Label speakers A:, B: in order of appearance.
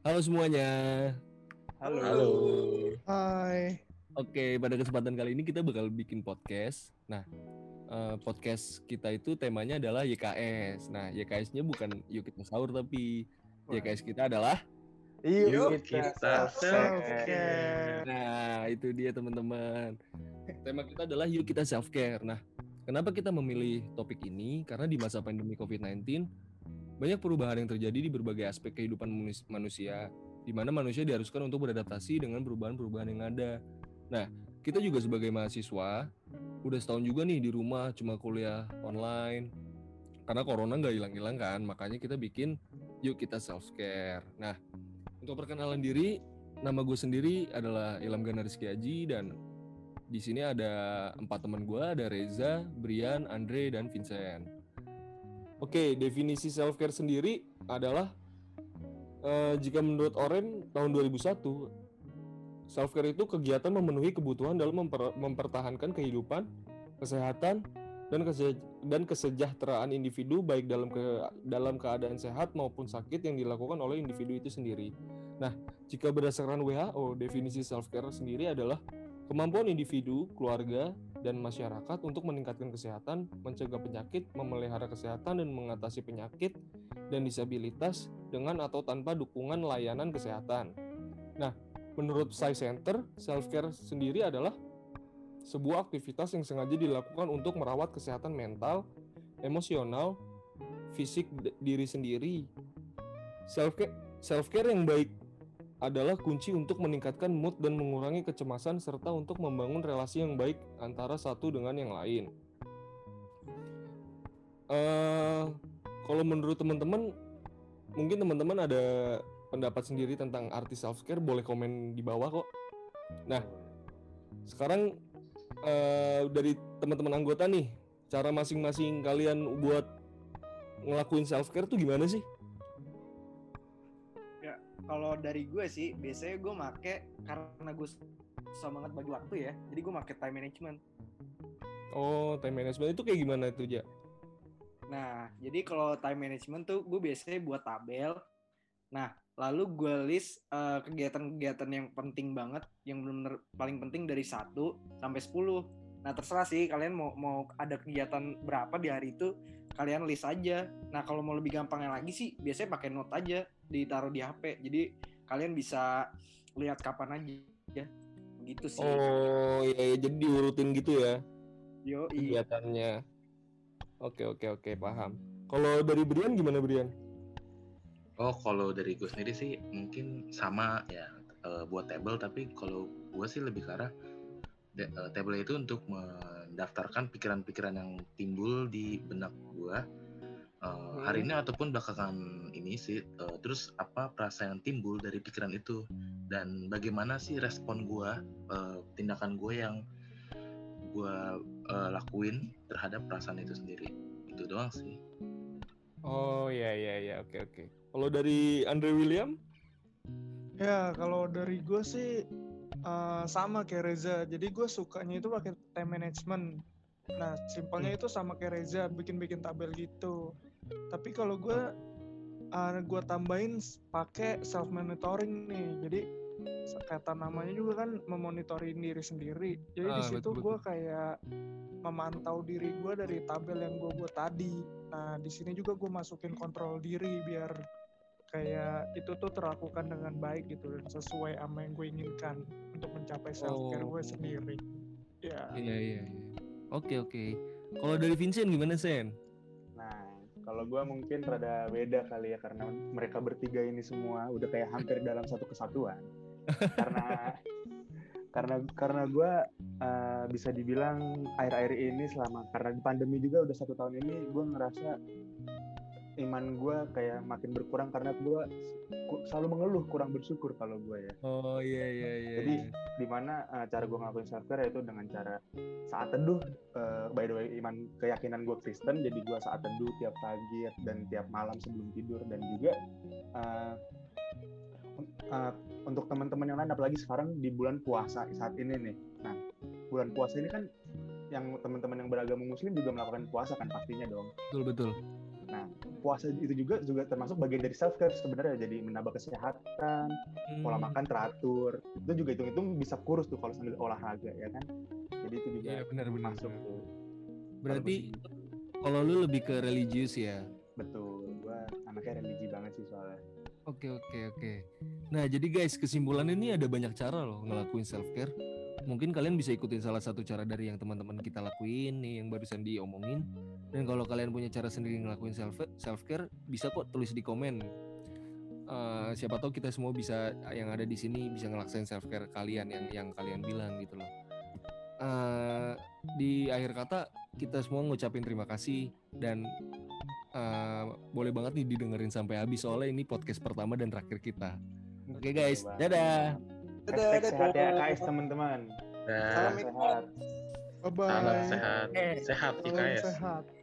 A: Halo semuanya.
B: Halo.
C: Halo.
B: Hai.
A: Oke, pada kesempatan kali ini kita bakal bikin podcast. Nah, podcast kita itu temanya adalah YKS. Nah, YKS-nya bukan Yuk Kita Sahur, tapi YKS kita adalah.
C: Yuk
B: Yuk
C: kita
B: kita
C: self-care.
B: self-care.
A: Nah, itu dia teman-teman. Tema kita adalah Yuk Kita Self Care. Nah, kenapa kita memilih topik ini? Karena di masa pandemi COVID-19 banyak perubahan yang terjadi di berbagai aspek kehidupan manusia, di mana manusia diharuskan untuk beradaptasi dengan perubahan-perubahan yang ada. Nah, kita juga sebagai mahasiswa, udah setahun juga nih di rumah cuma kuliah online. Karena corona nggak hilang-hilang kan, makanya kita bikin Yuk Kita Self Care. Nah, untuk perkenalan diri, nama gue sendiri adalah Ilham Gana Rizky Aji, dan di sini ada 4 teman gue, ada Reza, Brian, Andre, dan Vincent. Oke, definisi self care sendiri adalah jika menurut Oren tahun 2001, self care itu kegiatan memenuhi kebutuhan dalam mempertahankan kehidupan, kesehatan, dan kesejahteraan individu baik dalam keadaan sehat maupun sakit yang dilakukan oleh individu itu sendiri. Nah, jika berdasarkan WHO, definisi self care sendiri adalah kemampuan individu, keluarga, dan masyarakat untuk meningkatkan kesehatan, mencegah penyakit, memelihara kesehatan, dan mengatasi penyakit dan disabilitas dengan atau tanpa dukungan layanan kesehatan. Nah, menurut Psy Center, self-care sendiri adalah sebuah aktivitas yang sengaja dilakukan untuk merawat kesehatan mental, emosional, fisik diri sendiri. Self-care yang baik adalah kunci untuk meningkatkan mood dan mengurangi kecemasan serta untuk membangun relasi yang baik antara satu dengan yang lain. Kalau menurut teman-teman, mungkin teman-teman ada pendapat sendiri tentang arti self-care, boleh komen di bawah kok. Nah, sekarang dari teman-teman anggota nih, cara masing-masing kalian buat ngelakuin self-care tuh gimana sih?
B: Ya, kalau dari gue sih, biasanya gue make karena gue susah banget bagi waktu ya. Jadi gue make time management.
A: Oh, time management itu kayak gimana tuh, Ja?
B: Nah, jadi kalau time management tuh gue biasanya buat tabel. Nah, lalu gue list kegiatan-kegiatan yang penting banget, yang benar-benar paling penting dari 1 sampai 10. Nah, terserah sih kalian mau ada kegiatan berapa di hari itu, kalian list aja. Nah, kalau mau lebih gampangnya lagi sih, biasanya pakai note aja, ditaruh di HP. Jadi kalian bisa lihat kapan aja. Gitu sih.
A: Oh, iya, jadi diurutin gitu ya
B: Yoi.
A: kegiatannya. Oke, paham. Kalau dari Brian gimana, Brian?
C: Oh, kalau dari gue sendiri sih mungkin sama ya, buat table, tapi kalau gue sih lebih ke arah table itu untuk mendaftarkan pikiran-pikiran yang timbul di benak gue hari ini ataupun belakangan ini sih, terus apa perasaan yang timbul dari pikiran itu dan bagaimana sih respon gue, tindakan gue yang gue lakuin terhadap perasaan itu sendiri. Itu doang sih.
A: Oh, iya, oke. Kalau dari Andre William?
D: Ya, kalau dari gue sih sama kayak Reza. Jadi gue sukanya itu pakai time management. Nah, simpelnya itu sama kayak Reza, bikin-bikin tabel gitu. Tapi kalau gue tambahin pakai self monitoring nih. Jadi kata namanya juga kan memonitoring diri sendiri. Jadi di situ gue kayak memantau diri gue dari tabel yang gue buat tadi. Nah, di sini juga gue masukin kontrol diri biar kayak itu tuh terlakukan dengan baik gitu dan sesuai sama yang gue inginkan untuk mencapai self care gue sendiri. Ya.
A: Iya. Oke. Kalau dari Vincent gimana, Sen?
E: Nah, kalau gue mungkin rada beda kali ya, karena mereka bertiga ini semua udah kayak hampir dalam satu kesatuan. karena gue bisa dibilang akhir-akhir ini karena di pandemi juga udah 1 tahun ini, gue ngerasa iman gue kayak makin berkurang karena gue selalu mengeluh kurang bersyukur kalau gue ya.
A: Oh iya.
E: Jadi dimana cara gue ngelakuin self care yaitu dengan cara saat teduh. By the way, keyakinan gue Kristen, jadi gue saat teduh tiap pagi dan tiap malam sebelum tidur. Dan juga untuk teman-teman yang lain, apalagi sekarang di bulan puasa saat ini nih. Nah, bulan puasa ini kan yang teman-teman yang beragama muslim juga melakukan puasa kan pastinya dong.
A: Betul.
E: Nah, puasa itu juga termasuk bagian dari self care sebenarnya, jadi menambah kesehatan, pola makan teratur. Itu juga hitung-hitung bisa kurus tuh kalau sambil olahraga ya kan. Jadi itu juga
A: Iya, benar-benar.
E: masuk tuh.
A: Berarti kalau lu lebih ke religius ya?
E: Betul, gua anaknya religi banget sih soalnya.
A: Oke. Nah, jadi guys, kesimpulannya ini ada banyak cara loh ngelakuin self care. Mungkin kalian bisa ikutin salah satu cara dari yang teman-teman kita lakuin nih yang barusan diomongin. Dan kalau kalian punya cara sendiri ngelakuin self care, bisa kok tulis di komen. Siapa tahu kita semua bisa yang ada di sini bisa ngelaksain self care kalian yang kalian bilang gitu loh. Di akhir kata kita semua ngucapin terima kasih dan boleh banget nih didengerin sampai habis soalnya ini podcast pertama dan terakhir kita. Oke guys, dadah.
E: Hashtag sehat ya guys teman-teman.
C: Dan
B: Salam
E: sehat.
D: Bye-bye.
C: salam sehat, sehat
D: Salam
C: IKS.
D: sehat.